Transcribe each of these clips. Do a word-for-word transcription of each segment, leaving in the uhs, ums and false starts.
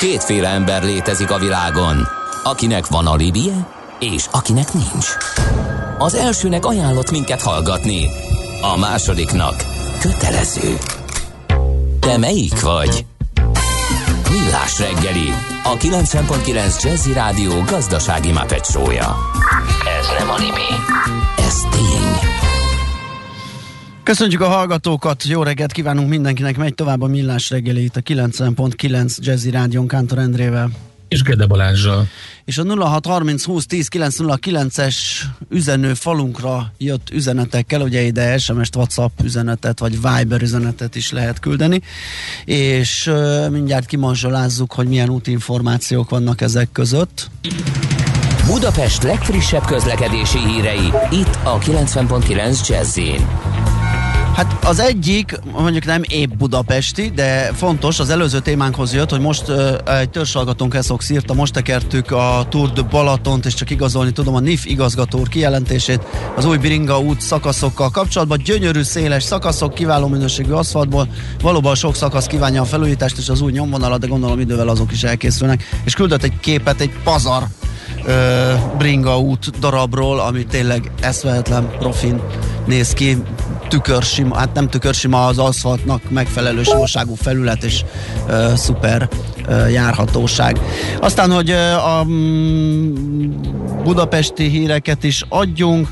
Kétféle ember létezik a világon, akinek van alibije, és akinek nincs. Az elsőnek ajánlott minket hallgatni, a másodiknak kötelező. Te melyik vagy? Millás reggeli, a kilencven pont kilenc Jazzy Rádió gazdasági Muppet show-ja. Ez nem anime, ez tény. Köszönjük a hallgatókat, jó reggelt kívánunk mindenkinek, megy tovább a Millás reggeli itt a kilencven pont kilenc Jazzy Rádión Kántor Endrével. És Gede Balázsral. És a nulla hat harminc húsz tíz kilenc nulla kilences üzenő falunkra jött üzenetekkel, ugye ide es em es-t, WhatsApp üzenetet, vagy Viber üzenetet is lehet küldeni, és uh, mindjárt kimanzsolázzuk, hogy milyen útinformációk vannak ezek között. Budapest legfrissebb közlekedési hírei, itt a kilencven pont kilenc Jazzyn. Hát az egyik, mondjuk nem épp budapesti, de fontos, az előző témánkhoz jött, hogy most uh, egy törzshallgatónk Eszox írta, most tekertük a Tour de Balatont, és csak igazolni tudom a en i ef igazgató úr kijelentését az új Biringa út szakaszokkal kapcsolatban. Gyönyörű, széles szakaszok, kiváló minőségű aszfaltból, valóban sok szakasz kívánja a felújítást és az új nyomvonalat, de gondolom idővel azok is elkészülnek. És küldött egy képet, egy pazar uh, Bringa út darabról, ami tényleg eszvehetlen profin néz ki, tükörsima, hát nem tükörsima, az aszfaltnak megfelelő simaságú felület és uh, szuper uh, járhatóság. Aztán, hogy uh, a um, budapesti híreket is adjunk,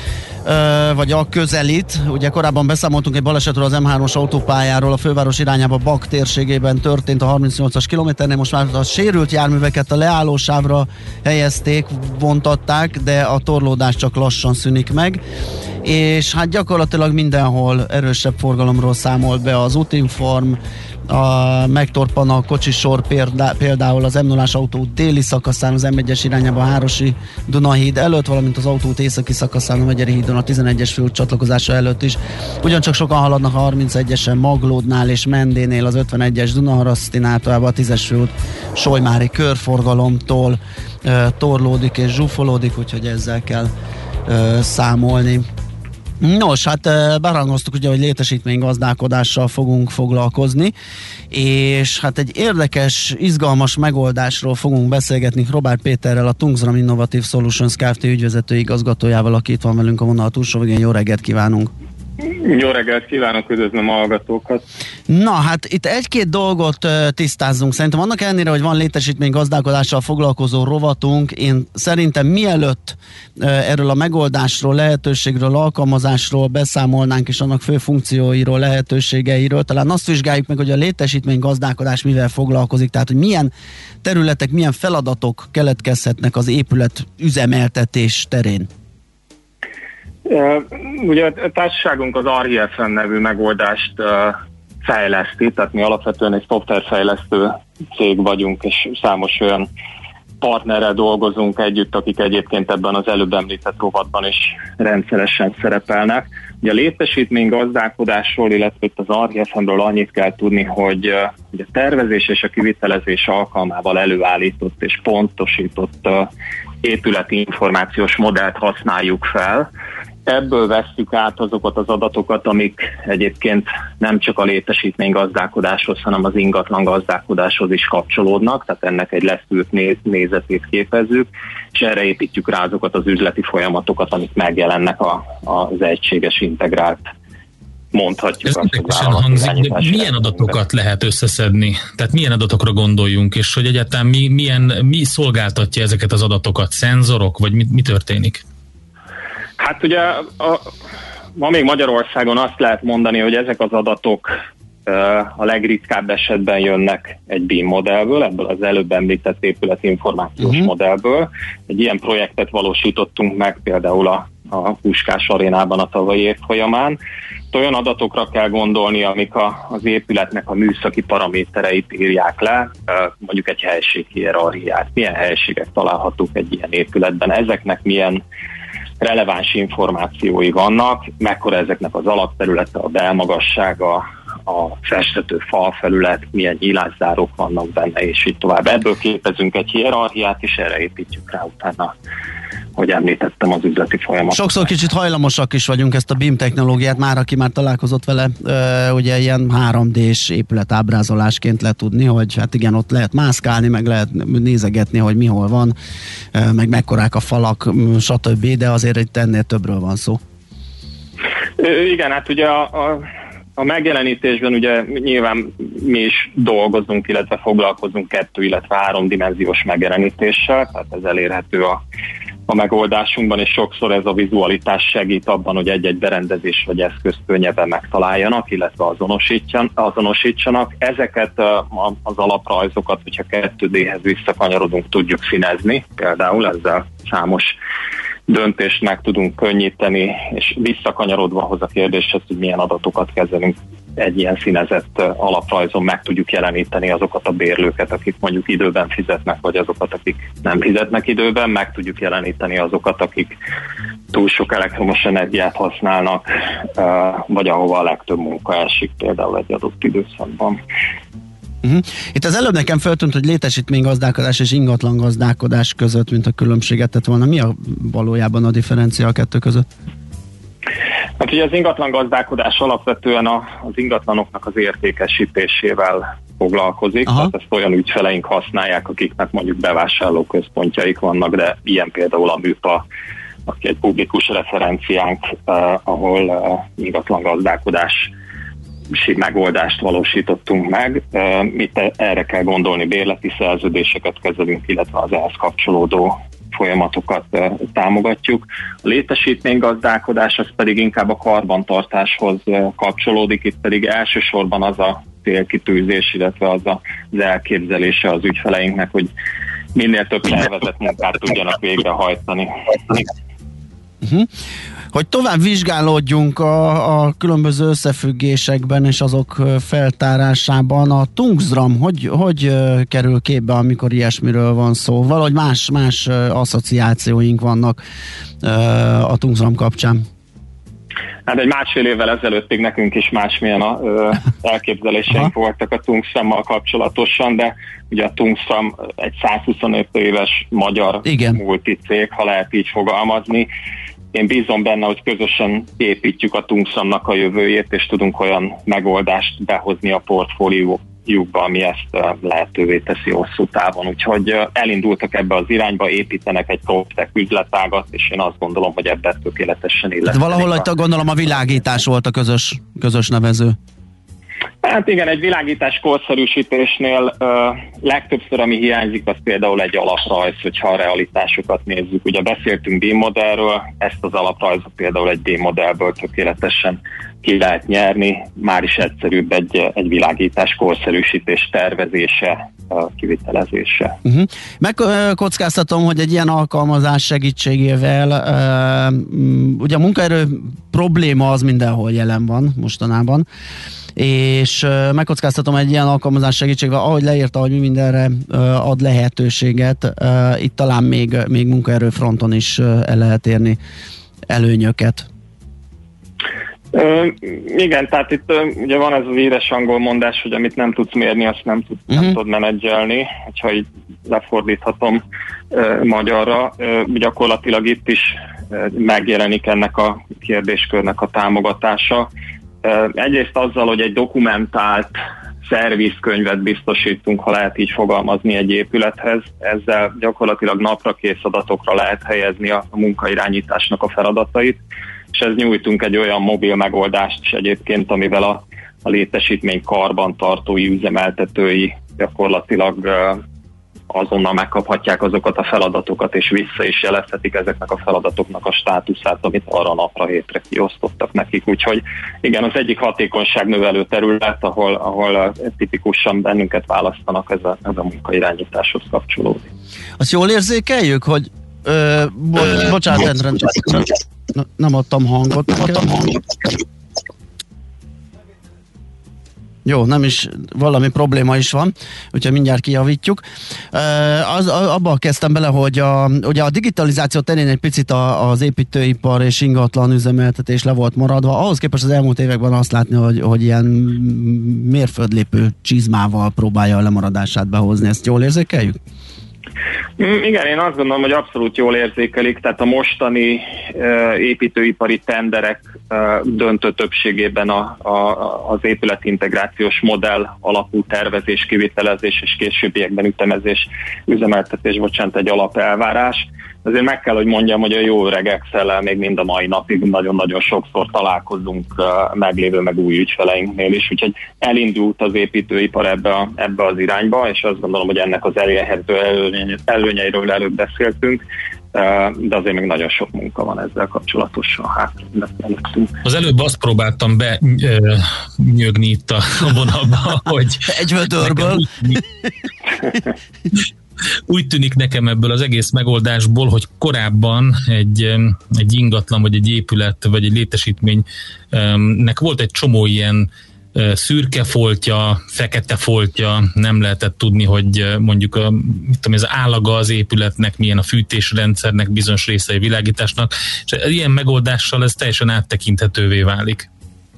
Uh, vagy a közelít. Ugye korábban beszámoltunk egy balesetről az em hármas autópályáról, a főváros irányába Bak térségében történt a harmincnyolcas kilométernél, most már a sérült járműveket a leállósávra helyezték, vontatták, de a torlódás csak lassan szűnik meg, és hát gyakorlatilag mindenhol erősebb forgalomról számolt be az Útinform, a megtorpan a kocsisor példá, például az em nullás autó déli szakaszán az em egyes irányába a Hárosi Dunahíd előtt, valamint az autót északi szakaszán a Megyeri hídon a tizenegyes főút csatlakozása előtt is. Ugyancsak sokan haladnak a harmincegyesen Maglódnál és Mendénél, az ötvenegyes Dunaharasztinál, tovább a tízes főút Solymári körforgalomtól e, torlódik és zsúfolódik, úgyhogy ezzel kell e, számolni. Nos, hát berangoztuk ugye, hogy létesítménygazdálkodással fogunk foglalkozni, és hát egy érdekes, izgalmas megoldásról fogunk beszélgetni Robert Péterrel, a Tungsram Innovative Solutions Kft. Ügyvezető igazgatójával, aki itt van velünk a vonal túlsó végén. Jó reggelt kívánunk! Jó reggelt kívánok, üdvözlöm a hallgatókat! Na, hát itt egy-két dolgot uh, tisztázzunk. Szerintem annak ellenére, hogy van létesítménygazdálkodással foglalkozó rovatunk, én szerintem mielőtt uh, erről a megoldásról, lehetőségről, alkalmazásról beszámolnánk, és annak fő funkcióiról, lehetőségeiről, talán azt vizsgáljuk meg, hogy a létesítménygazdálkodás mivel foglalkozik, tehát hogy milyen területek, milyen feladatok keletkezhetnek az épület üzemeltetés terén. Uh, ugye a társaságunk az er i ef en nevű megoldást uh, fejleszti, tehát mi alapvetően egy szoftverfejlesztő cég vagyunk, és számos olyan partnerrel dolgozunk együtt, akik egyébként ebben az előbb említett rovatban is rendszeresen szerepelnek. Ugye a létesítménygazdálkodásról, illetve itt az er i ef en-ről annyit kell tudni, hogy, uh, hogy a tervezés és a kivitelezés alkalmával előállított és pontosított uh, épületi információs modellt használjuk fel. Ebből vesszük át azokat az adatokat, amik egyébként nem csak a létesítménygazdálkodáshoz, hanem az ingatlan gazdálkodáshoz is kapcsolódnak, tehát ennek egy leszűrt néz, nézetét képezzük, és erre építjük rá azokat az üzleti folyamatokat, amik megjelennek a, az egységes integrált, mondhatjuk. Ez azt, hangzik, de milyen adatokat lehet összeszedni? Tehát milyen adatokra gondoljunk, és hogy egyáltalán mi, milyen, mi szolgáltatja ezeket az adatokat? Szenzorok, vagy mi, mi történik? Hát ugye a, ma még Magyarországon azt lehet mondani, hogy ezek az adatok uh, a legritkább esetben jönnek egy bé i em modellből, ebből az előbb említett épületinformációs uh-huh. modellből. Egy ilyen projektet valósítottunk meg például a, a Puskás Arénában a tavalyi év folyamán. Olyan adatokra kell gondolni, amik a, az épületnek a műszaki paramétereit írják le, uh, mondjuk egy helység hierarchiát. Milyen helységek találhatók egy ilyen épületben, ezeknek milyen releváns információi vannak, mekkora ezeknek az alapterülete, a belmagassága, a festető falfelület, milyen nyílászárók vannak benne, és így tovább. Ebből képezünk egy hierarchiát, és erre építjük rá utána hogy említettem, az üzleti folyamat. Sokszor kicsit hajlamosak is vagyunk ezt a bé i em technológiát, már aki már találkozott vele, ugye ilyen három dés épületábrázolásként letudni, hogy hát igen, ott lehet mászkálni, meg lehet nézegetni, hogy mi hol van, meg mekkorák a falak, stb., de azért itt ennél többről van szó. Igen, hát ugye a, a, a megjelenítésben ugye nyilván mi is dolgozunk, illetve foglalkozunk kettő, illetve háromdimenziós megjelenítéssel, tehát ez elérhető a, a megoldásunkban, és sokszor ez a vizualitás segít abban, hogy egy-egy berendezés vagy eszközt könnyebben megtaláljanak, illetve azonosítsanak. Ezeket az alaprajzokat, hogyha kettő dé-hez visszakanyarodunk, tudjuk színezni, például ezzel számos döntést meg tudunk könnyíteni, és visszakanyarodva hoz a kérdéshez, hogy milyen adatokat kezelünk egy ilyen színezett alaprajzon, meg tudjuk jeleníteni azokat a bérlőket, akik mondjuk időben fizetnek, vagy azokat, akik nem fizetnek időben, meg tudjuk jeleníteni azokat, akik túl sok elektromos energiát használnak, vagy ahova a legtöbb munka esik, például egy adott időszakban. Uh-huh. Itt az előbb nekem feltűnt, hogy létesítménygazdálkodás és ingatlan gazdálkodás között, mint a különbséget tett volna. Mi a valójában a differencia a kettő között? Hát ugye az ingatlan gazdálkodás alapvetően a, az ingatlanoknak az értékesítésével foglalkozik, Aha. tehát ezt olyan ügyfeleink használják, akiknek mondjuk bevásárlóközpontjaik vannak, de ilyen például a Műpa, aki egy publikus referenciánk, eh, ahol eh, ingatlan gazdálkodás megoldást valósítottunk meg. Itt erre kell gondolni, bérleti szerződéseket kezelünk, illetve az ehhez kapcsolódó folyamatokat támogatjuk. A létesítménygazdálkodás az pedig inkább a karbantartáshoz kapcsolódik, itt pedig elsősorban az a célkitűzés, illetve az az elképzelése az ügyfeleinknek, hogy minél több szervezett munkát tudjanak végrehajtani. Uh-huh. Hogy tovább vizsgálódjunk a, a különböző összefüggésekben és azok feltárásában, a Tungsram hogy, hogy kerül képbe, amikor ilyesmiről van szó? Valahogy más, más asszociációink vannak a Tungsram kapcsán. Hát egy másfél évvel ezelőttig nekünk is másmilyen a, ö, elképzeléseink voltak a Tungsrammal kapcsolatosan, de ugye a Tungsram egy százhuszonöt éves magyar multicég, ha lehet így fogalmazni. Én bízom benne, hogy közösen építjük a Tungsramnak a jövőjét, és tudunk olyan megoldást behozni a portfóliójukba, ami ezt lehetővé teszi hosszú távon. Úgyhogy elindultak ebbe az irányba, építenek egy PropTech üzletágat, és én azt gondolom, hogy ebben tökéletesen illeszkedik. Valahol a... gondolom a világítás volt a közös, közös nevező. Hát igen, egy világítás korszerűsítésnél uh, legtöbbször, ami hiányzik, az például egy alaprajz, hogyha a realitásokat nézzük. Ugye beszéltünk bé i em modellről, ezt az alaprajzot például egy bé i em modellből tökéletesen ki lehet nyerni, már is egyszerűbb egy, egy világítás korszerűsítés tervezése, uh, kivitelezése. Uh-huh. Megkockáztatom, hogy egy ilyen alkalmazás segítségével uh, ugye a munkaerő probléma az mindenhol jelen van mostanában, és uh, megkockáztatom egy ilyen alkalmazás segítségével, ahogy leírta, hogy mi mindenre uh, ad lehetőséget, uh, itt talán még, még munkaerő fronton is uh, el lehet érni előnyöket. Uh, igen, tehát itt uh, ugye van ez az édes angol mondás, hogy amit nem tudsz mérni, azt nem, tud, uh-huh. nem tudod menedzselni, hogyha így lefordíthatom uh, magyarra. Uh, gyakorlatilag itt is uh, megjelenik ennek a kérdéskörnek a támogatása. Uh, egyrészt azzal, hogy egy dokumentált szervizkönyvet biztosítunk, ha lehet így fogalmazni, egy épülethez. Ezzel gyakorlatilag napra kész adatokra lehet helyezni a, a munkairányításnak a feladatait, és ez nyújtunk egy olyan mobil megoldást is egyébként, amivel a, a létesítmény karbantartói, üzemeltetői gyakorlatilag uh, azonnal megkaphatják azokat a feladatokat, és vissza is jelezhetik ezeknek a feladatoknak a státuszát, amit arra a napra hétre kiosztottak nekik. Úgyhogy igen, az egyik hatékonyságnövelő terület, ahol, ahol tipikusan bennünket választanak, ez a, ez a munkairányításhoz kapcsolódik. Azt jól érzékeljük, hogy ö, bo- bocsánat, rendre, nem adtam hangot nekem. Jó, nem is, valami probléma is van, úgyhogy mindjárt kijavítjuk. Az, abba kezdtem bele, hogy a, ugye a digitalizáció terén egy picit a, az építőipar és ingatlan üzemeltetés le volt maradva. Ahhoz képest az elmúlt években azt látni, hogy, hogy ilyen mérföldlépő csizmával próbálja a lemaradását behozni. Ezt jól érzékeljük? Igen, én azt gondolom, hogy abszolút jól érzékelik, tehát a mostani uh, építőipari tenderek uh, döntő többségében a, a, az épületintegrációs modell alapú tervezés, kivitelezés és későbbiekben ütemezés, üzemeltetés, bocsánat, egy alapelvárás. Azért meg kell, hogy mondjam, hogy a jó öreg Excel-lel még mind a mai napig nagyon-nagyon sokszor találkozunk uh, meglévő meg új ügyfeleinknél is, úgyhogy elindult az építőipar ebbe, a, ebbe az irányba, és azt gondolom, hogy ennek az elérhető előnyeiről előbb beszéltünk, uh, de azért még nagyon sok munka van ezzel kapcsolatosan. Hát, az előbb azt próbáltam benyögni itt a vonalba, hogy egy vödörből. Úgy tűnik nekem ebből az egész megoldásból, hogy korábban egy, egy ingatlan, vagy egy épület, vagy egy létesítménynek volt egy csomó ilyen szürke foltja, fekete foltja, nem lehetett tudni, hogy mondjuk a, mit tudom, az állaga az épületnek, milyen a fűtésrendszernek, bizonyos részei világításnak, és ilyen megoldással ez teljesen áttekinthetővé válik.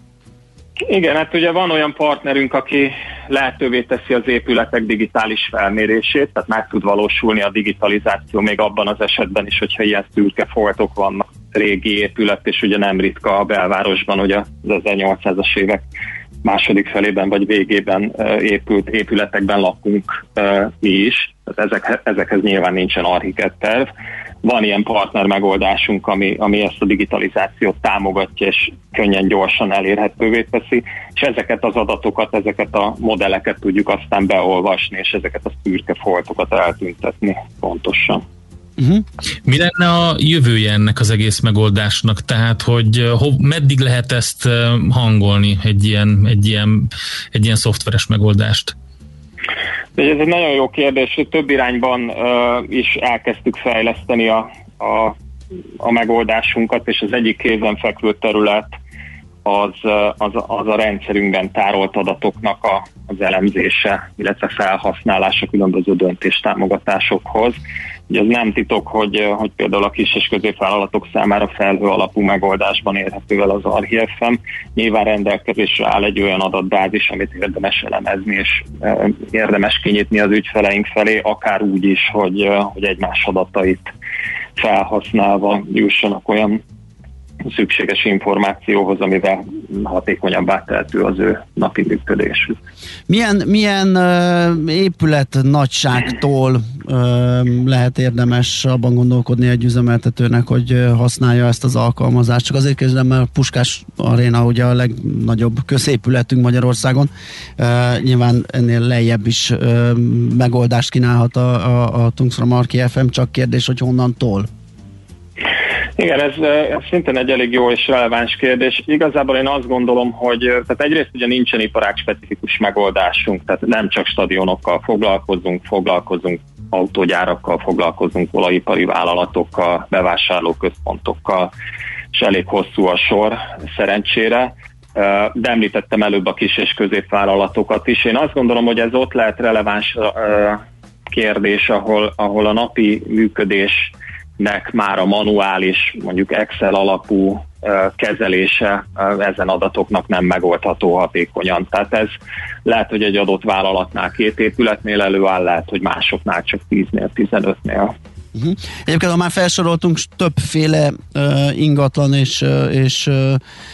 Igen, hát ugye van olyan partnerünk, aki lehetővé teszi az épületek digitális felmérését, tehát meg tud valósulni a digitalizáció még abban az esetben is, hogyha ilyen szürke foltok vannak régi épület, és ugye nem ritka a belvárosban, hogy az ezernyolcszázas évek második felében vagy végében épült épületekben lakunk mi is, tehát ezek, ezekhez nyilván nincsen architekt terv. Van ilyen partner megoldásunk, ami, ami ezt a digitalizációt támogatja, és könnyen, gyorsan elérhetővé teszi, és ezeket az adatokat, ezeket a modelleket tudjuk aztán beolvasni, és ezeket a szürke foltokat eltüntetni pontosan. Uh-huh. Mi lenne a jövője ennek az egész megoldásnak? Tehát, hogy hov, meddig lehet ezt hangolni, egy ilyen, egy ilyen, egy ilyen szoftveres megoldást? Ez egy nagyon jó kérdés, több irányban uh, is elkezdtük fejleszteni a, a, a megoldásunkat, és az egyik kézenfekvő terület az, az, az a rendszerünkben tárolt adatoknak a, az elemzése, illetve felhasználása különböző döntéstámogatásokhoz. Ugye ez nem titok, hogy, hogy például a kis és középvállalatok számára felhő alapú megoldásban érhető el az ArchiFM. Nyilván rendelkezésre áll egy olyan adatbázis, amit érdemes elemezni, és e, érdemes kinyitni az ügyfeleink felé, akár úgy is, hogy, hogy egymás adatait felhasználva jussanak olyan szükséges információhoz, amivel hatékonyabbá tehető az ő napi működésük. Milyen, milyen uh, épület nagyságtól uh, lehet érdemes abban gondolkodni egy üzemeltetőnek, hogy uh, használja ezt az alkalmazást? Csak azért kezdem, mert Puskás Aréna ugye a legnagyobb középületünk Magyarországon. Uh, nyilván ennél lejjebb is uh, megoldást kínálhat a, a, a Tungsram ArchiFM, csak kérdés, hogy honnantól? Igen, ez, ez szintén egy elég jó és releváns kérdés. Igazából én azt gondolom, hogy tehát egyrészt ugye nincsen iparág specifikus megoldásunk, tehát nem csak stadionokkal foglalkozunk, foglalkozunk autógyárakkal, foglalkozunk olajipari vállalatokkal, bevásárlóközpontokkal, és elég hosszú a sor szerencsére. De említettem előbb a kis és középvállalatokat is. Én azt gondolom, hogy ez ott lehet releváns kérdés, ahol, ahol a napi működés nek már a manuális, mondjuk Excel alapú uh, kezelése uh, ezen adatoknak nem megoldható hatékonyan. Tehát ez lehet, hogy egy adott vállalatnál két épületnél előáll, lehet, hogy másoknál csak tíznél, tizenötnél. Uh-huh. Egyébként, ha már felsoroltunk többféle uh, ingatlan és, uh, és uh,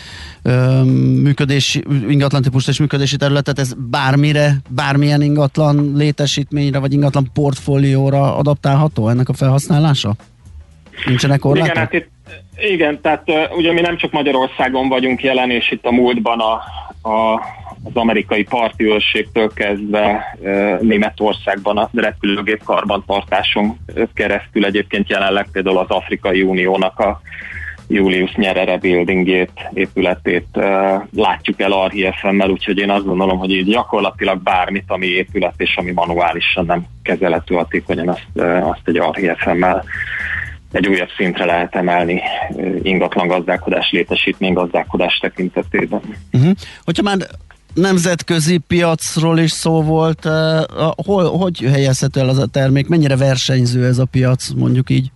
működési, ingatlan típust és működési területet, ez bármire, bármilyen ingatlan létesítményre, vagy ingatlan portfólióra adaptálható ennek a felhasználása? Nincsenek korlátok? Igen, hát itt, igen, tehát uh, ugye mi nem csak Magyarországon vagyunk jelen, és itt a múltban a, a, az amerikai parti őrségtől kezdve uh, Németországban a repülőgép karbantartáson keresztül egyébként jelenleg például az Afrikai Uniónak a Julius Nyerere buildingét, épületét uh, látjuk el ArchiFM-mel, úgyhogy én azt gondolom, hogy így gyakorlatilag bármit, ami épület és ami manuálisan nem kezelhető hatékonyan, azt, uh, azt egy ArchiFM-mel egy újabb szintre lehet emelni ingatlan gazdálkodás, létesítmény gazdálkodás tekintetében. Uh-huh. Hogyha már nemzetközi piacról is szó volt, uh, hol, hogy helyezhető el az a termék? Mennyire versenyző ez a piac, mondjuk így?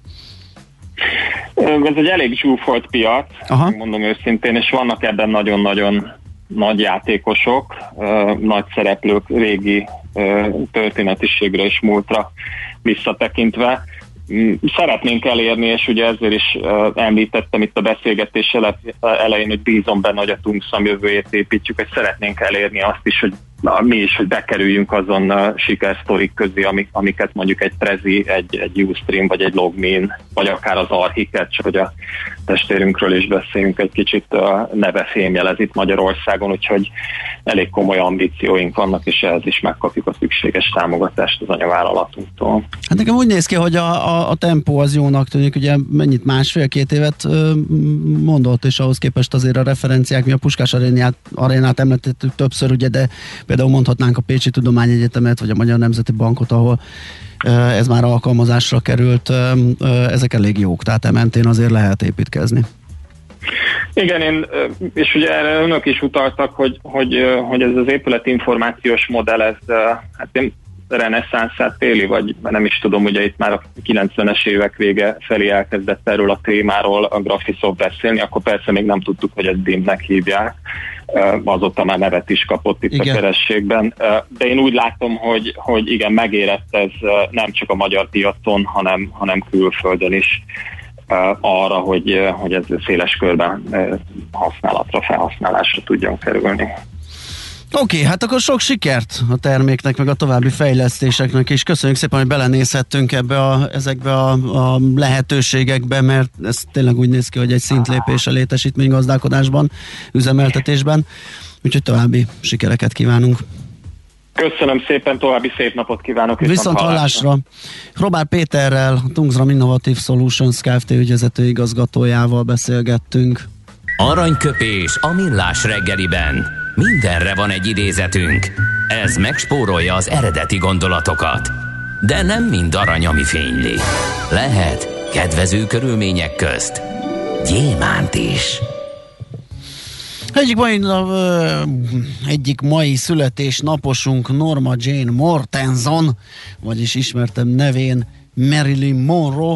Ez egy elég zsúfolt piac, Aha. mondom őszintén, és vannak ebben nagyon-nagyon nagy játékosok, uh, nagy szereplők, régi történetiségre és múltra visszatekintve. Szeretnénk elérni, és ugye ezért is említettem itt a beszélgetés elején, hogy bízom benne, hogy a Tungszam jövőjét építjük, hogy szeretnénk elérni azt is, hogy na, mi is, hogy bekerüljünk azon uh, sikersztorik közé, amik, amiket mondjuk egy Prezi, egy, egy Ustream, vagy egy Logmin, vagy akár az Archiket, csak hogy a testvérünkről is beszéljünk egy kicsit, uh, neve fémjelez itt Magyarországon, úgyhogy elég komoly ambícióink vannak, és ehhez is megkapjuk a szükséges támogatást az anyavállalatunkól. Hát nekem úgy néz ki, hogy a, a, a tempó az jónak tűnik, ugye mennyit másfél-két évet ö, mondott, és ahhoz képest azért a referenciák, mi a Puskás arénát, arénát említettük többször, ugye, de például mondhatnánk a Pécsi Tudományegyetemet, vagy a Magyar Nemzeti Bankot, ahol ez már alkalmazásra került, ezek elég jók, tehát mentén azért lehet építkezni. Igen, én, és ugye erre önök is utaltak, hogy, hogy, hogy ez az épület információs modell, ez hát én reneszánszát éli, vagy nem is tudom, ugye itt már a kilencvenes évek vége felé elkezdett erről a témáról a Graphisoft beszélni, akkor persze még nem tudtuk, hogy ezt bé i em-nek hívják, azóta már nevet is kapott itt igen. a kerességben, de én úgy látom, hogy, hogy igen, megérett ez nem csak a magyar piacon, hanem, hanem külföldön is arra, hogy, hogy ez széles körben használatra, felhasználásra tudjon kerülni. Oké, okay, hát akkor sok sikert a terméknek, meg a további fejlesztéseknek, és köszönjük szépen, hogy belenézhettünk ebbe a, ezekbe a, a lehetőségekbe, mert ez tényleg úgy néz ki, hogy egy szintlépés a létesítménygazdálkodásban, üzemeltetésben, úgyhogy további sikereket kívánunk. Köszönöm szépen, további szép napot kívánok. Viszont hallásra. Robert Péterrel, a Tungsram Innovative Solutions Kft. Ügyvezető igazgatójával beszélgettünk. Aranyköpés a millás reggeliben. Mindenre van egy idézetünk. Ez megspórolja az eredeti gondolatokat. De nem mind arany, ami fényli. Lehet kedvező körülmények közt gyémánt is. Egyik mai, egyik mai születésnaposunk Norma Jane Mortenson, vagyis ismertem nevén Marilyn Monroe,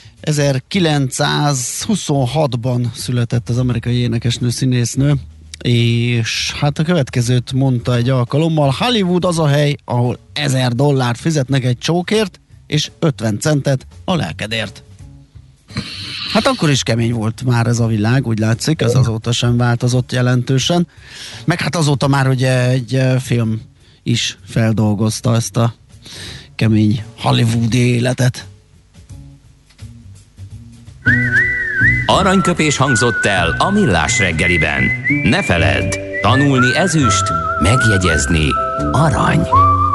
ezerkilencszázhuszonhatban született az amerikai énekesnő, színésznő, és hát a következőt mondta egy alkalommal: Hollywood az a hely, ahol ezer dollárt fizetnek egy csókért, és ötven centet a lelkedért. Hát akkor is kemény volt már ez a világ, úgy látszik, ez azóta sem változott jelentősen. Meg hát azóta már ugye egy film is feldolgozta ezt a kemény hollywoodi életet. Aranyköpés hangzott el a millás reggeliben. Ne feledd, tanulni ezüst, megjegyezni arany.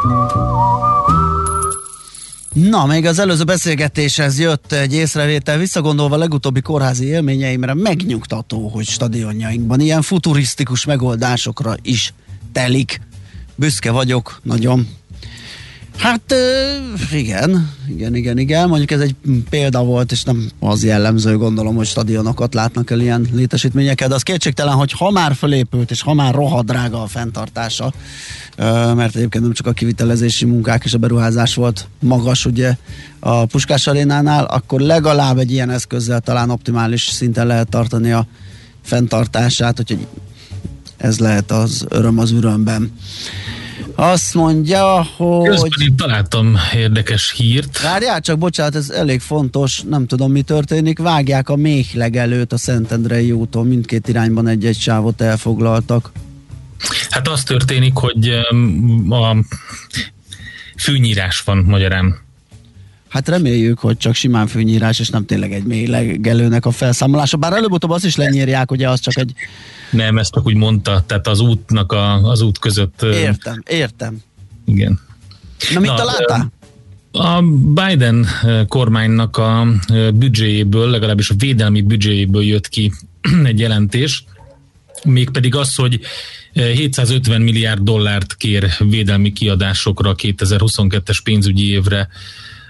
Na, még az előző beszélgetéshez jött egy észrevétel, visszagondolva legutóbbi kórházi élményeimre, megnyugtató, hogy stadionjainkban ilyen futurisztikus megoldásokra is telik. Büszke vagyok, nagyon. Hát igen, igen, igen, igen, mondjuk ez egy példa volt, és nem az jellemző, gondolom, hogy stadionokat látnak el ilyen létesítményeket, de az kétségtelen, hogy ha már fölépült, és ha már rohadt drága a fenntartása, mert egyébként nem csak a kivitelezési munkák és a beruházás volt magas ugye a Puskás arénánál, akkor legalább egy ilyen eszközzel talán optimális szinten lehet tartani a fenntartását, úgyhogy ez lehet az öröm az ürömben. Azt mondja, hogy... Közben én találtam érdekes hírt. Várjál csak, bocsánat, ez elég fontos, nem tudom, mi történik. Vágják a méhlegelőt a Szentendrei úton, mindkét irányban egy-egy sávot elfoglaltak. Hát az történik, hogy a fűnyírás van magyarán. Hát reméljük, hogy csak simán fűnyírás, és nem tényleg egy méhlegelőnek a felszámolása. Bár előbb-utóbb azt is lenyírják, ugye az csak egy... Nem, ezt csak úgy mondta, tehát az útnak a, az út között... Értem, értem. Igen. Na, mit Na, találtál? A Biden kormánynak a büdzséjéből, legalábbis a védelmi büdzséjéből jött ki egy jelentés, mégpedig az, hogy hétszázötven milliárd dollárt kér védelmi kiadásokra a kétezer-huszonkettes pénzügyi évre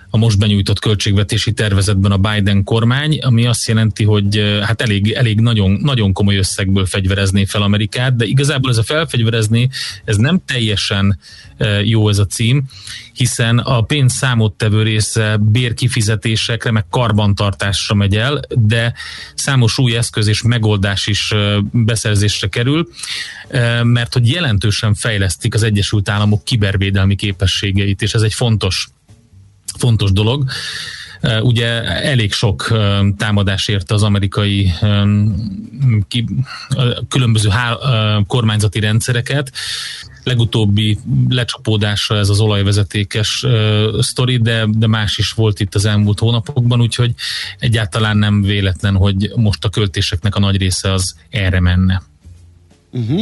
a most benyújtott költségvetési tervezetben a Biden kormány, ami azt jelenti, hogy hát elég, elég nagyon, nagyon komoly összegből fegyverezné fel Amerikát, de igazából ez a felfegyverezni, ez nem teljesen jó ez a cím, hiszen a pénz számottevő része bérkifizetésekre, meg karbantartásra megy el, de számos új eszköz és megoldás is beszerzésre kerül, mert hogy jelentősen fejlesztik az Egyesült Államok kibervédelmi képességeit, és ez egy fontos, fontos dolog. Ugye elég sok támadás érte az amerikai ki, különböző há, kormányzati rendszereket. Legutóbbi lecsapódása ez az olajvezetékes uh, sztori, de, de más is volt itt az elmúlt hónapokban, úgyhogy egyáltalán nem véletlen, hogy most a költéseknek a nagy része az erre menne. Uh-huh.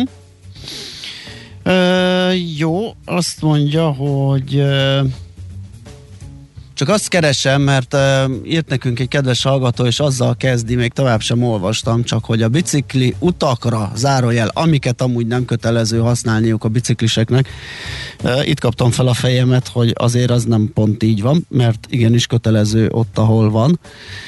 Uh, jó, azt mondja, hogy uh, csak azt keresem, mert uh, írt nekünk egy kedves hallgató, és azzal kezdi, még tovább sem olvastam, csak hogy a bicikli utakra, zárójel, amiket amúgy nem kötelező használniuk a bicikliseknek. Uh, itt kaptam fel a fejemet, hogy azért az nem pont így van, mert igenis kötelező ott, ahol van.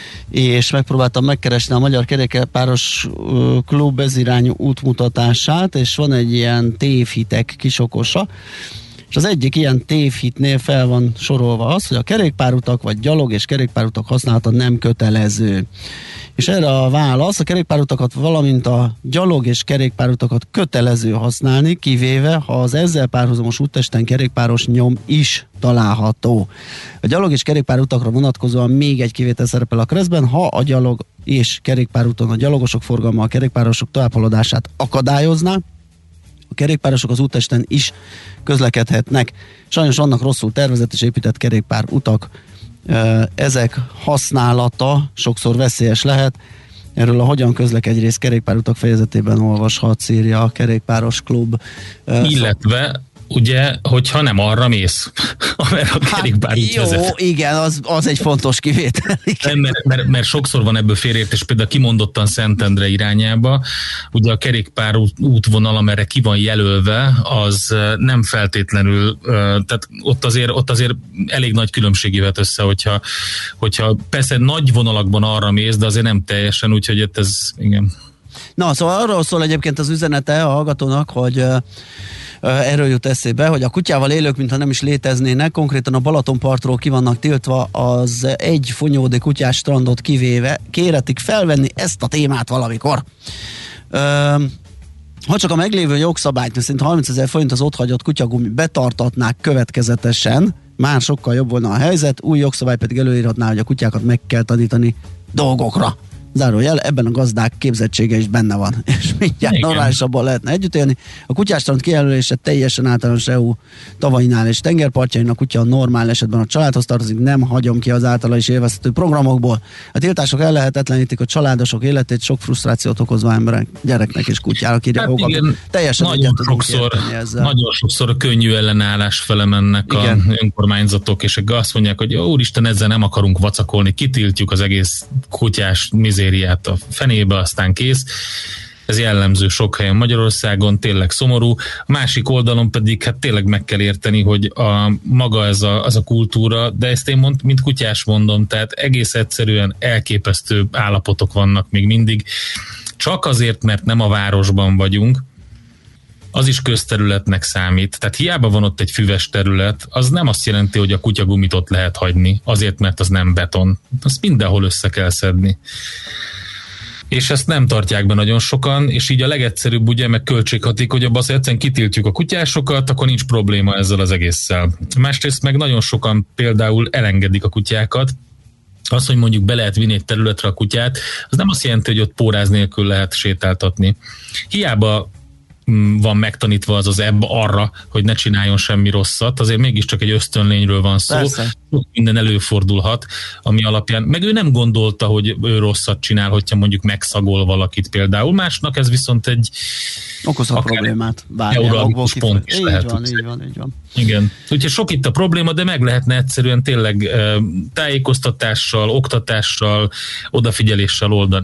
És megpróbáltam megkeresni a Magyar Kerékpáros Klub ezirányú útmutatását, és van egy ilyen tévhitek kisokosa, és az egyik ilyen tévhitnél fel van sorolva az, hogy a kerékpárutak vagy gyalog és kerékpárutak használata nem kötelező. És erre a válasz, a kerékpárutakat, valamint a gyalog és kerékpárutakat kötelező használni, kivéve, ha az ezzel párhuzamos úttesten kerékpáros nyom is található. A gyalog és kerékpárutakra vonatkozóan még egy kivétel szerepel a keresztben, ha a gyalog és kerékpárúton a gyalogosok forgalma a kerékpárosok továbbhaladását akadályozná, a kerékpárosok az úttesten is közlekedhetnek. Sajnos vannak rosszul tervezett és épített kerékpár utak. Ezek használata sokszor veszélyes lehet. Erről a Hogyan közlekedj rész kerékpárutak fejezetében olvashatsz, írja a Kerékpáros Klub. Illetve ugye, hogyha nem arra mész, amerre a kerékpárút hát, jó, vezet. igen, az, az egy fontos kivétel. Nem, mert, mert, mert sokszor van ebből félreértés, például kimondottan Szentendre irányába, ugye a kerékpár útvonal, amerre ki van jelölve, az nem feltétlenül, tehát ott azért, ott azért elég nagy különbség jöhet össze, hogyha, hogyha persze nagy vonalakban arra mész, de azért nem teljesen, úgyhogy ez, igen. Na, szóval arról szól egyébként az üzenete a hallgatónak, hogy erről jut eszébe, hogy a kutyával élők, mintha nem is léteznének, konkrétan a Balatonpartról ki vannak tiltva az egy fonyódi kutyás strandot kivéve, kéretik felvenni ezt a témát valamikor. Ö, ha csak a meglévő jogszabályt, szerint harmincezer forint az otthagyott kutyagumi betartatnák következetesen, már sokkal jobb volna a helyzet, új jogszabály pedig előírhatná, hogy a kutyákat meg kell tanítani dolgokra. Zárójel, ebben a gazdák képzettsége is benne van, és mindjárt normálisabban lehetne együtt élni. A kutyástrand kijelölése teljesen általános é u tavainál és tengerpartjain, a kutya normál esetben a családhoz tartozik, nem hagyom ki az általa is élvezhető programokból. A tiltások ellehetetlenítik a családosok életét, sok frusztrációt okozva emberek, gyereknek és kutyának, írja hát igen, teljesen nagyon sokszor, nagyon sokszor a könnyű ellenállás fele mennek a önkormányzatok, és azt mondják, hogy úristen, ezzel nem akarunk vacakolni, kitiltjuk az egész kutyás mizériát a fenébe, aztán kész. Ez jellemző sok helyen Magyarországon, tényleg szomorú. A másik oldalon pedig hát tényleg meg kell érteni, hogy a maga ez a, az a kultúra, de ezt én mond, mint kutyás mondom, tehát egész egyszerűen elképesztő állapotok vannak még mindig. Csak azért, mert nem a városban vagyunk, az is közterületnek számít. Tehát hiába van ott egy füves terület, az nem azt jelenti, hogy a kutyagumit ott lehet hagyni, azért, mert az nem beton. Azt mindenhol össze kell szedni. És ezt nem tartják be nagyon sokan, és így a legegyszerűbb, ugye, meg költséghatékonyabb az, hogy egyszerűen kitiltjuk a kutyásokat, akkor nincs probléma ezzel az egésszel. Másrészt meg nagyon sokan például elengedik a kutyákat. Az, hogy mondjuk be lehet vinni egy területre a kutyát, az nem azt jelenti, hogy ott póráz nélkül lehet sétáltatni. Hiába van megtanítva az az ebb arra, hogy ne csináljon semmi rosszat, azért mégiscsak egy ösztönlényről van szó. Persze. Minden előfordulhat, ami alapján, meg ő nem gondolta, hogy ő rosszat csinál, hogyha mondjuk megszagol valakit például, másnak ez viszont egy okozhat problémát. Neuralgikus pont is így lehet. Van, így van, így van. Igen. Úgyhogy sok itt a probléma, de meg lehetne egyszerűen tényleg tájékoztatással, oktatással, odafigyeléssel oldani.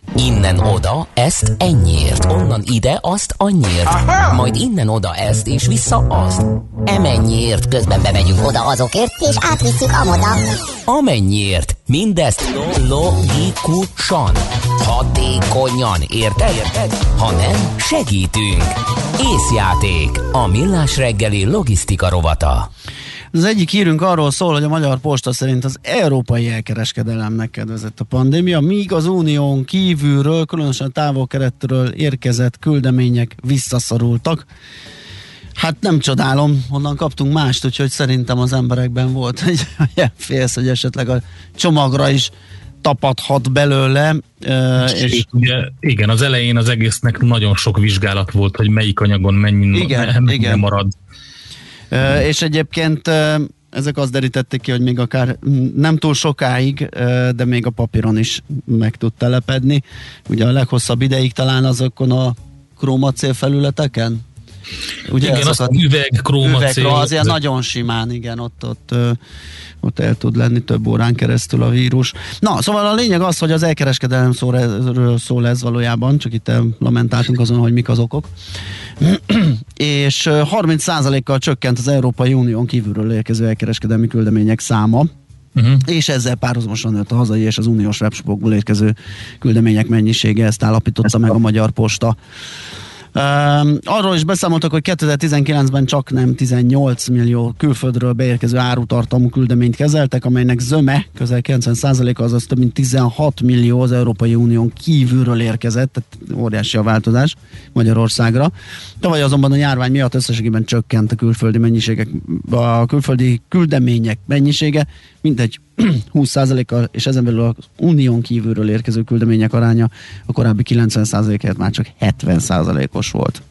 Innen oda, ezt ennyiért, onnan ide, azt annyiért, aha, majd innen oda ezt, és vissza azt. Emennyiért, közben bemegyünk oda azokért, és átvisszük amoda. Amennyiért, mindezt logikusan, hatékonyan, érted? Érted? Ha nem, segítünk. Észjáték, a Millás reggeli logisztika rovata. Az egyik hírünk arról szól, hogy a Magyar Posta szerint az európai elkereskedelemnek kedvezett a pandémia, míg az unión kívülről, különösen távol-keletről érkezett küldemények visszaszorultak. Hát nem csodálom, onnan kaptunk mást, úgyhogy szerintem az emberekben volt egy olyan félsz, hogy esetleg a csomagra is tapadhat belőle. És ugye, igen, az elején az egésznek nagyon sok vizsgálat volt, hogy melyik anyagon mennyi, igen, mennyi igen. marad. Uh, és egyébként uh, ezek azt derítették ki, hogy még akár nem túl sokáig, uh, de még a papíron is meg tud telepedni. Ugye a leghosszabb ideig talán azokon a krómacél felületeken? Ugye igen, az üveg, krómacél. Az ilyen nagyon simán, igen, ott, ott, uh, ott el tud lenni több órán keresztül a vírus. Na, szóval a lényeg az, hogy az elkereskedelem szóról szól ez valójában, csak itt lamentáltunk azon, hogy mik az okok. És harminc százalékkal csökkent az Európai Unión kívülről érkező elkereskedelmi küldemények száma, uh-huh. és ezzel párhuzamosan nőtt a hazai és az uniós webshopokból érkező küldemények mennyisége, ezt állapította meg a Magyar Posta. Uh, arról is beszámoltak, hogy kétezer-tizenkilencben csak nem tizennyolc millió külföldről beérkező árutartalmú küldeményt kezeltek, amelynek zöme, közel kilencven százaléka, azaz több mint tizenhat millió az Európai Unión kívülről érkezett, tehát óriási a változás Magyarországra. Tavaly azonban a járvány miatt összességében csökkent a külföldi mennyiségek, a külföldi küldemények mennyisége, mintegy húsz százalékkal, és ezen belül az unión kívülről érkező küldemények aránya a korábbi kilencven százalékért már csak hetven százalékos volt.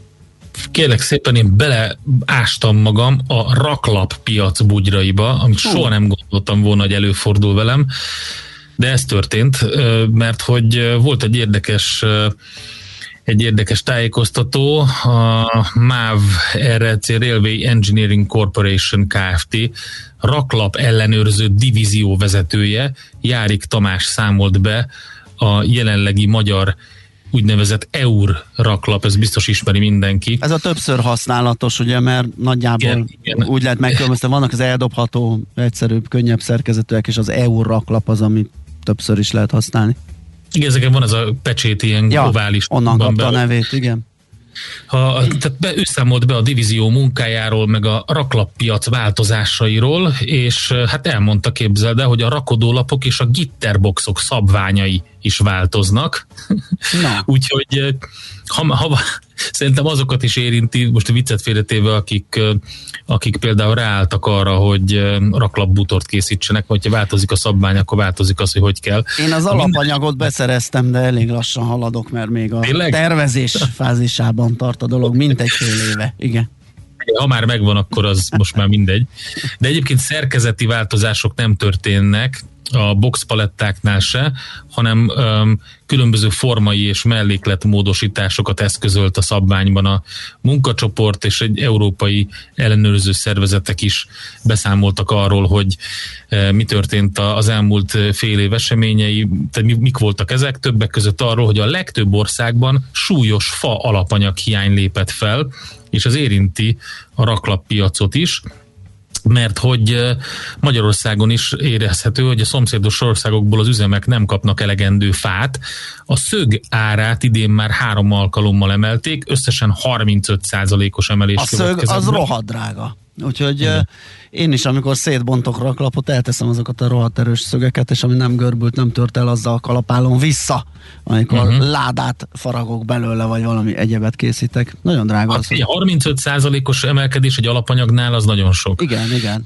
Kérlek szépen, én beleástam magam a raklappiac bugyraiba, amit Hú. soha nem gondoltam volna, hogy előfordul velem, de ez történt, mert hogy volt egy érdekes egy érdekes tájékoztató, a MÁV er er cé Railway Engineering Corporation Kft. Raklap ellenőrző divízió vezetője, Járik Tamás számolt be a jelenlegi magyar úgynevezett é u er raklap, ez biztos ismeri mindenki. Ez a többször használatos, ugye, mert nagyjából igen, igen. úgy lehet megkülönböztetni, vannak az eldobható, egyszerűbb, könnyebb szerkezetűek, és az é u er raklap az, amit többször is lehet használni. Igen, ezeken van ez a pecsét ilyen ja, ovális. onnan kapta a nevét, igen. Ha, tehát be, ő számolt be a divízió munkájáról, meg a raklappiac változásairól, és hát elmondta, képzeld el, hogy a rakodólapok és a gitterboxok szabványai is változnak. Úgyhogy ha, ha, szerintem azokat is érinti, most a viccet félretéve, akik, akik például ráálltak arra, hogy raklapbútort készítsenek, vagy ha változik a szabvány, akkor változik az, hogy hogy kell. Én az alapanyagot beszereztem, de elég lassan haladok, mert még a Tényleg? tervezés fázisában tart a dolog, mintegy fél éve. Igen. Ha már megvan, akkor az most már mindegy. De egyébként szerkezeti változások nem történnek a boxpalettáknál se, hanem um, különböző formai és mellékletmódosításokat eszközölt a szabványban a munkacsoport, és egy európai ellenőrző szervezetek is beszámoltak arról, hogy uh, mi történt az elmúlt fél év eseményei, tehát mik voltak ezek, többek között arról, hogy a legtöbb országban súlyos fa alapanyag hiány lépett fel, és az érinti a raklappiacot is, mert hogy Magyarországon is érezhető, hogy a szomszédos országokból az üzemek nem kapnak elegendő fát. A szög árát idén már három alkalommal emelték, összesen harmincöt százalékos emelés a következett. A szög az rohadt drága. Úgyhogy uh, én is, amikor szétbontok raklapot, elteszem azokat a rohadt erős szögeket, és ami nem görbült, nem tört el, azzal kalapálom vissza, amikor uh-huh. ládát faragok belőle, vagy valami egyebet készítek. Nagyon drága az. Hát, harmincöt százalékos emelkedés egy alapanyagnál az nagyon sok. Igen, igen.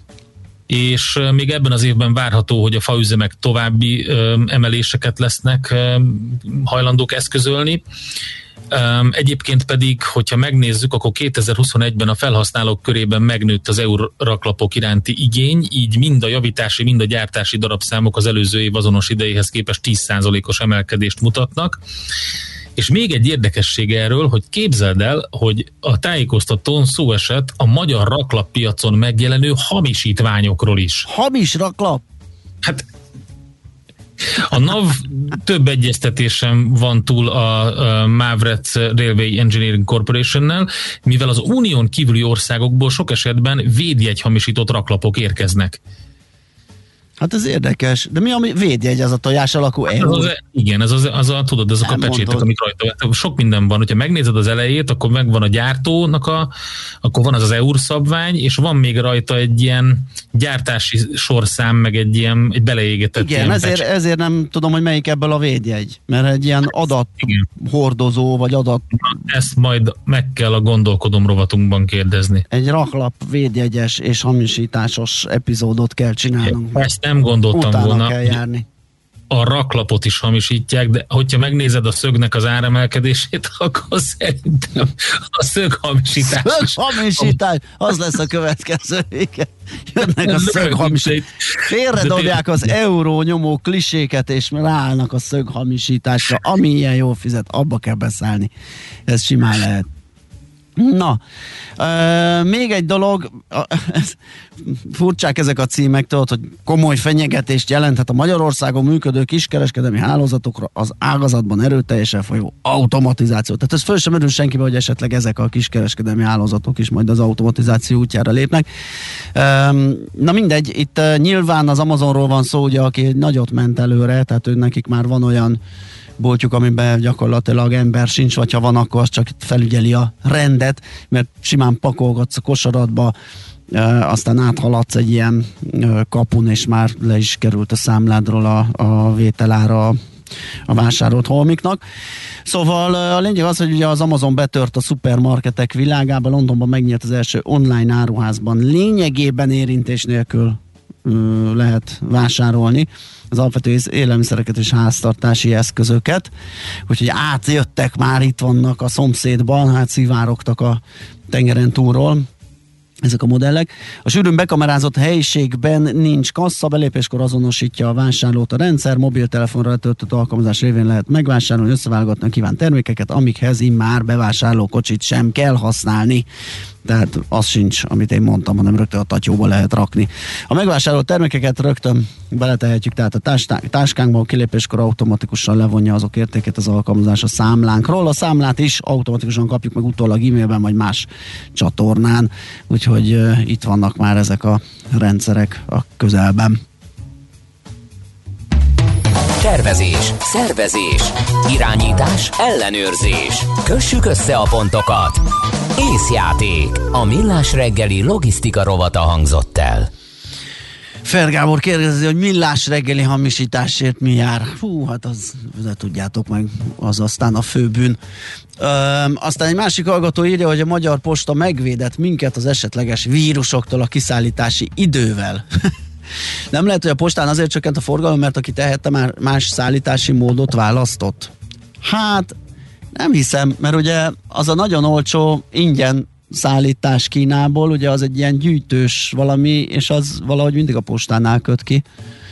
És még ebben az évben várható, hogy a faüzemek további ö, emeléseket lesznek ö, hajlandók eszközölni. Um, egyébként pedig, hogyha megnézzük, akkor kétezer-huszonegyben a felhasználók körében megnőtt az é u er raklapok iránti igény, így mind a javítási, mind a gyártási darabszámok az előző év azonos idejéhez képest tíz százalékos emelkedést mutatnak. És még egy érdekesség erről, hogy képzeld el, hogy a tájékoztatón szó esett a magyar raklappiacon megjelenő hamisítványokról is. Hamis raklap? Hát A NAV több egyeztetésem van túl a, a Mavretz Railway Engineering Corporationnel, mivel az unión kívüli országokból sok esetben védjegyhamisított raklapok érkeznek. Hát ez érdekes. De mi a védjegy, az a tojás alakú hát az, az, igen, ez az, az a, tudod, ezek a pecsétek, amik rajta. Sok minden van. Hogyha megnézed az elejét, akkor megvan a gyártónak a, akkor van az az é u er szabvány, és van még rajta egy ilyen gyártási sorszám, meg egy ilyen egy beleégetett igen, ezért, ezért nem tudom, hogy melyik ebből a védjegy. Mert egy ilyen adathordozó, vagy adat... Ezt majd meg kell a gondolkodom rovatunkban kérdezni. Egy raklap védjegyes és hamisításos epizódot kell csinálnunk. Ezt nem gondoltam utána volna. Kell járni. A raklapot is hamisítják, de hogyha megnézed a szögnek az áremelkedését, akkor szerintem a szöghamisítás. Szöghamisítás, az lesz a következő. Igen. Jönnek a szöghamisítás. Félredobják az euró nyomó kliséket, és ráállnak a szöghamisításra. Ami ilyen jól fizet, abba kell beszállni. Ez simán lehet. Na, euh, még egy dolog, ez, furcsák ezek a címek, tudod, hogy komoly fenyegetést jelenthet a Magyarországon működő kiskereskedelmi hálózatokra az ágazatban erőteljesen folyó automatizáció. Tehát ez föl sem merül senkibe, hogy esetleg ezek a kiskereskedelmi hálózatok is majd az automatizáció útjára lépnek. Um, na mindegy, itt uh, nyilván az Amazonról van szó, ugye, aki nagyot ment előre, tehát ő nekik már van olyan boltjuk, amiben gyakorlatilag ember sincs, vagy ha van, akkor az csak felügyeli a rendet, mert simán pakolgatsz a kosaratba, e, aztán áthaladsz egy ilyen e, kapun, és már le is került a számládról a, a vételára a, a vásárolt holmiknak. Szóval a lényeg az, hogy ugye az Amazon betört a szupermarketek világába, Londonban megnyílt az első online áruházban, lényegében érintés nélkül ö, lehet vásárolni az alapvető élelmiszereket és háztartási eszközöket, úgyhogy átjöttek már, itt vannak a szomszédban, hát szivárogtak a tengeren túlról ezek a modellek. A sűrűn bekamerázott helyiségben nincs kassa, belépéskor azonosítja a vásárlót a rendszer, mobiltelefonra letöltött alkalmazás révén lehet megvásárolni, összeválogatni a kívánt termékeket, amikhez immár bevásárlókocsit sem kell használni. Tehát az sincs, amit én mondtam, hanem rögtön a tatyóba lehet rakni. A megvásárolt termékeket rögtön beletehetjük, tehát a táskánkba, a kilépéskor automatikusan levonja azok értékét az alkalmazás a számlánkról. A számlát is automatikusan kapjuk meg utólag e-mailben, vagy más csatornán, úgyhogy uh, itt vannak már ezek a rendszerek a közelben. Tervezés, szervezés, irányítás, ellenőrzés. Kössük össze a pontokat. Észjáték. A Millás reggeli logisztika rovata hangzott el. Fer Gábor kérdezi, hogy Millás reggeli hamisításért mi jár. Hú, hát az, de tudjátok meg, az aztán a főbűn. Ö, aztán egy másik hallgató írja, hogy a Magyar Posta megvédett minket az esetleges vírusoktól a kiszállítási idővel. Nem lehet, hogy a postán azért csökkent a forgalom, mert aki tehette, már más szállítási módot választott? Hát nem hiszem, mert ugye az a nagyon olcsó ingyen szállítás Kínából, ugye az egy ilyen gyűjtős valami, és az valahogy mindig a postánál köt ki.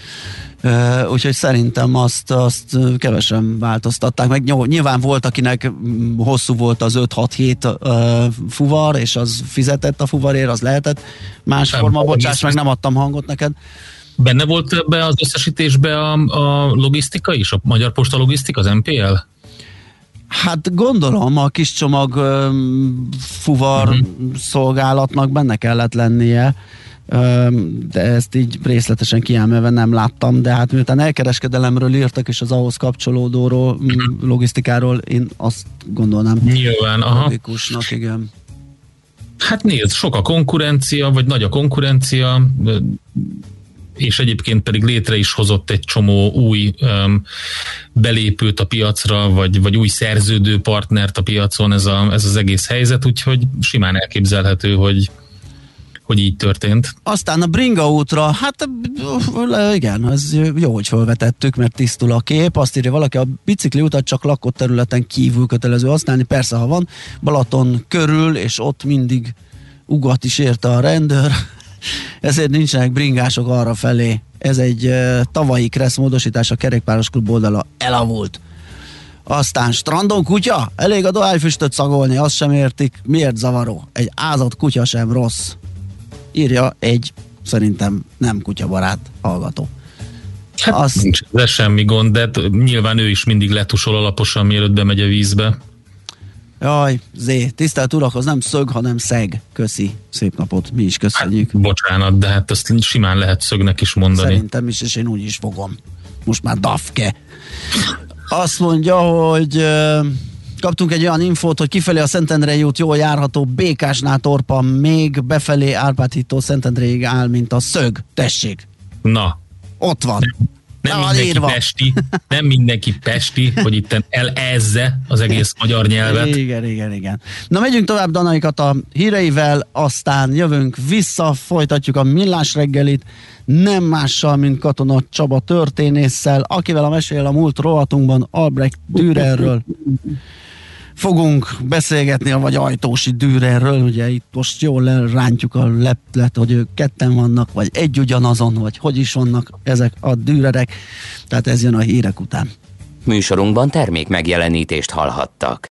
Uh, úgyhogy szerintem azt, azt kevesen változtatták meg. Nyilván volt, akinek hosszú volt az öt hat hét uh, fuvar, és az fizetett a fuvarért, az lehetett más nem, forma, bocsáss meg, nem adtam hangot neked. Benne volt ebbe az összesítésbe a, a logisztika is, a Magyar Posta Logisztika, az em pé el? Hát gondolom, a kis csomag um, fuvar uh-huh. szolgálatnak benne kellett lennie, um, de ezt így részletesen kiemelve nem láttam, de hát miután elkereskedelemről írtak, és az ahhoz kapcsolódóról, uh-huh. logisztikáról, én azt gondolnám nyilván, aha. logikusnak, igen. Hát nézd, sok a konkurencia, vagy nagy a konkurencia, és egyébként pedig létre is hozott egy csomó új um, belépőt a piacra, vagy, vagy új szerződő partnert a piacon ez, a, ez az egész helyzet, úgyhogy simán elképzelhető, hogy, hogy így történt. Aztán a Bringa útra, hát igen, ez jó, hogy felvetettük, mert tisztul a kép. Azt írja valaki, a bicikli utat csak lakott területen kívül kötelező használni, persze, ha van Balaton körül, és ott mindig ugat is érte a rendőr, ezért nincsenek bringások arra felé. Ez egy uh, tavalyi kressz módosítás, a kerékpáros klub oldala elavult. Aztán strandon kutya? Elég a dohányfüstöt szagolni, azt sem értik. Miért zavaró? Egy ázott kutya sem rossz. Írja egy, szerintem nem kutyabarát hallgató. Hát Azt... nincs ez semmi gond, de nyilván ő is mindig letusol alaposan, mielőtt bemegy a vízbe. Jaj, Zé, tisztelt urak, az nem szög, hanem szeg. Köszi, szép napot, mi is köszönjük. Hát, bocsánat, de hát azt simán lehet szögnek is mondani. Szerintem is, és én úgy is fogom. Most már dafke. Azt mondja, hogy uh, kaptunk egy olyan infót, hogy kifelé a Szentendrei út jól járható, Békásnál torpan, még befelé Árpád-hídtól Szentendréig áll, mint a szög. Tessék. Na. Ott van. Nem mindenki írva. Pesti, nem mindenki pesti, hogy itt elezze az egész magyar nyelvet. Igen, igen, igen. Na megyünk tovább Danaikat a híreivel, aztán jövünk vissza, folytatjuk a Millás reggelit, nem mással, mint Katona Csaba történésszel, akivel a Mesél a múlt rovatunkban Albrecht Dürerről fogunk beszélgetni, vagy Ajtósi Dürerről, ugye itt most jól rántjuk a leplet, hogy ők ketten vannak, vagy egy ugyanazon, vagy hogy is vannak ezek a Dürerek, tehát ez jön a hírek után. Műsorunkban termék megjelenítést hallhattak.